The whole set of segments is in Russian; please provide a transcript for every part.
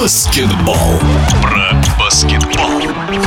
Баскетбол. Про баскетбол.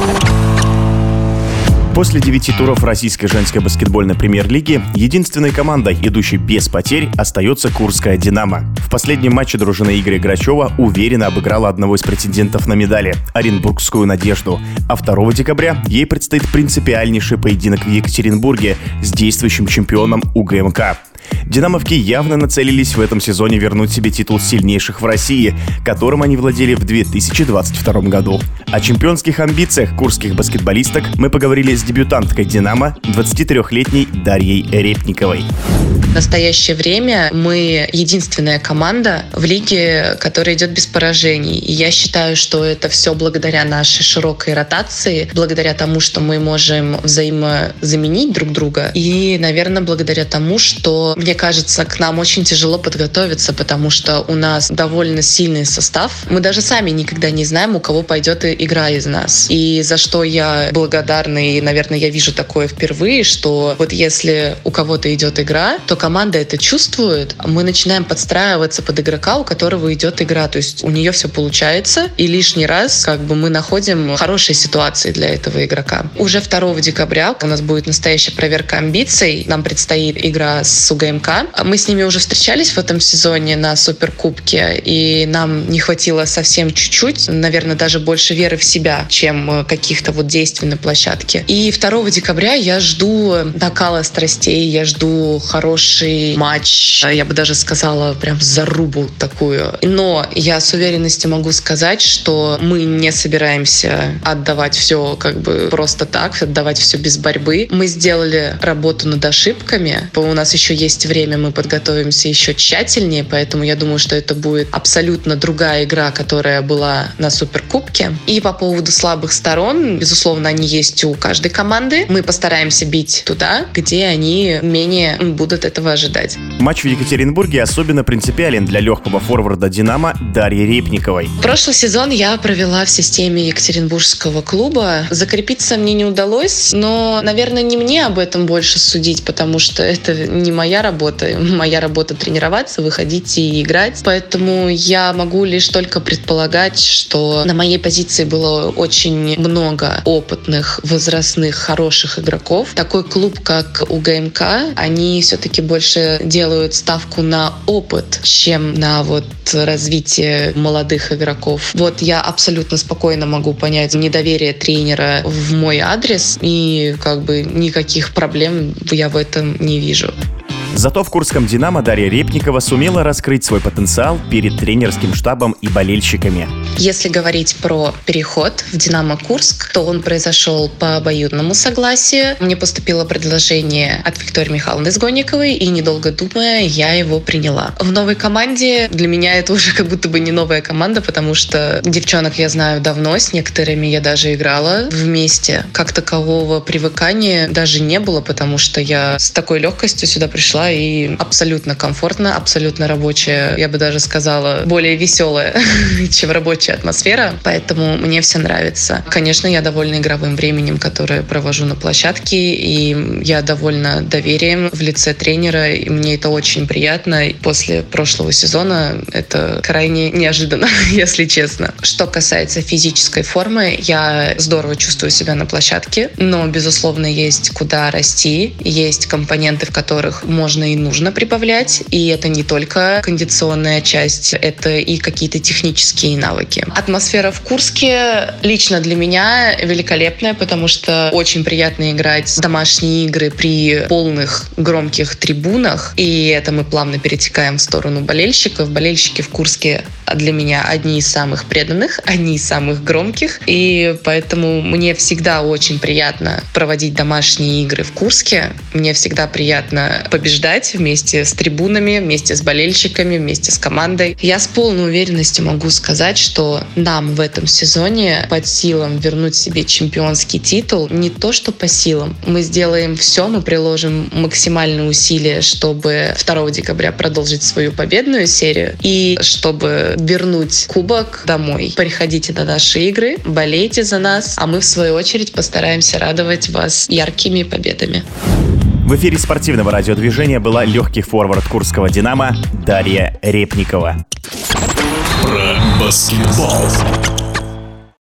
После 9 туров российской женской баскетбольной премьер-лиги единственной командой, идущей без потерь, остается Курская «Динамо». В последнем матче дружина Игоря Грачева уверенно обыграла одного из претендентов на медали – Оренбургскую «Надежду». А 2 декабря ей предстоит принципиальнейший поединок в Екатеринбурге с действующим чемпионом УГМК. Динамовки явно нацелились в этом сезоне вернуть себе титул сильнейших в России, которым они владели в 2022 году. О чемпионских амбициях курских баскетболисток мы поговорили с дебютанткой «Динамо», 23-летней Дарьей Репниковой. В настоящее время мы единственная команда в лиге, которая идет без поражений. И я считаю, что это все благодаря нашей широкой ротации, благодаря тому, что мы можем взаимозаменить друг друга. И, наверное, благодаря тому, что, мне кажется, к нам очень тяжело подготовиться, потому что у нас довольно сильный состав. Мы даже сами никогда не знаем, у кого пойдет игра из нас. И за что я благодарна, и, наверное, я вижу такое впервые, что вот если у кого-то идет игра, то команда это чувствует, мы начинаем подстраиваться под игрока, у которого идет игра. То есть у нее все получается, и лишний раз мы находим хорошие ситуации для этого игрока. Уже 2 декабря у нас будет настоящая проверка амбиций. Нам предстоит игра с УГМК. Мы с ними уже встречались в этом сезоне на Суперкубке, и нам не хватило совсем чуть-чуть, наверное, даже больше веры в себя, чем каких-то действий на площадке. И 2 декабря я жду накала страстей, я жду хороший матч, я бы даже сказала, прям зарубу такую. Но я с уверенностью могу сказать, что мы не собираемся отдавать все просто так, отдавать все без борьбы. Мы сделали работу над ошибками. У нас еще есть время, мы подготовимся еще тщательнее, поэтому я думаю, что это будет абсолютно другая игра, которая была на Суперкубке. И по поводу слабых сторон, безусловно, они есть у каждой команды. Мы постараемся бить туда, где они менее будут этого ожидать. Матч в Екатеринбурге особенно принципиален для легкого форварда «Динамо» Дарьи Репниковой. Прошлый сезон я провела в системе Екатеринбургского клуба. Закрепиться мне не удалось, но, наверное, не мне об этом больше судить, потому что это не моя работа. Моя работа — тренироваться, выходить и играть. Поэтому я могу лишь только предполагать, что на моей позиции было очень много опытных, возрастных, хороших игроков. Такой клуб, как УГМК, они все-таки больше делают ставку на опыт, чем на развитие молодых игроков. Я абсолютно спокойно могу понять недоверие тренера в мой адрес, и никаких проблем я в этом не вижу. Зато в Курском «Динамо» Дарья Репникова сумела раскрыть свой потенциал перед тренерским штабом и болельщиками. Если говорить про переход в «Динамо Курск», то он произошел по обоюдному согласию. Мне поступило предложение от Виктории Михайловны Изгонниковой, и, недолго думая, я его приняла. В новой команде для меня это уже как будто бы не новая команда, потому что девчонок я знаю давно, с некоторыми я даже играла вместе. Как такового привыкания даже не было, потому что я с такой легкостью сюда пришла, и абсолютно комфортно, абсолютно рабочая, я бы даже сказала, более веселая, чем рабочая атмосфера, поэтому мне все нравится. Конечно, я довольна игровым временем, которое провожу на площадке, и я довольна доверием в лице тренера, и мне это очень приятно. И после прошлого сезона это крайне неожиданно, если честно. Что касается физической формы, я здорово чувствую себя на площадке, но, безусловно, есть куда расти, есть компоненты, в которых можно и нужно прибавлять, и это не только кондиционная часть, это и какие-то технические навыки. Атмосфера в Курске лично для меня великолепная, потому что очень приятно играть в домашние игры при полных громких трибунах, и это мы плавно перетекаем в сторону болельщиков. Болельщики в Курске для меня одни из самых преданных, одни из самых громких, и поэтому мне всегда очень приятно проводить домашние игры в Курске. Мне всегда приятно побеждать вместе с трибунами, вместе с болельщиками, вместе с командой. Я с полной уверенностью могу сказать, что нам в этом сезоне под силам вернуть себе чемпионский титул. Не то, что по силам. Мы сделаем все, мы приложим максимальные усилия, чтобы 2 декабря продолжить свою победную серию и чтобы вернуть кубок домой. Приходите на наши игры, болейте за нас, а мы в свою очередь постараемся радовать вас яркими победами. В эфире спортивного радиодвижения была легкий форвард Курского «Динамо» Дарья Репникова. Про Баскетбол.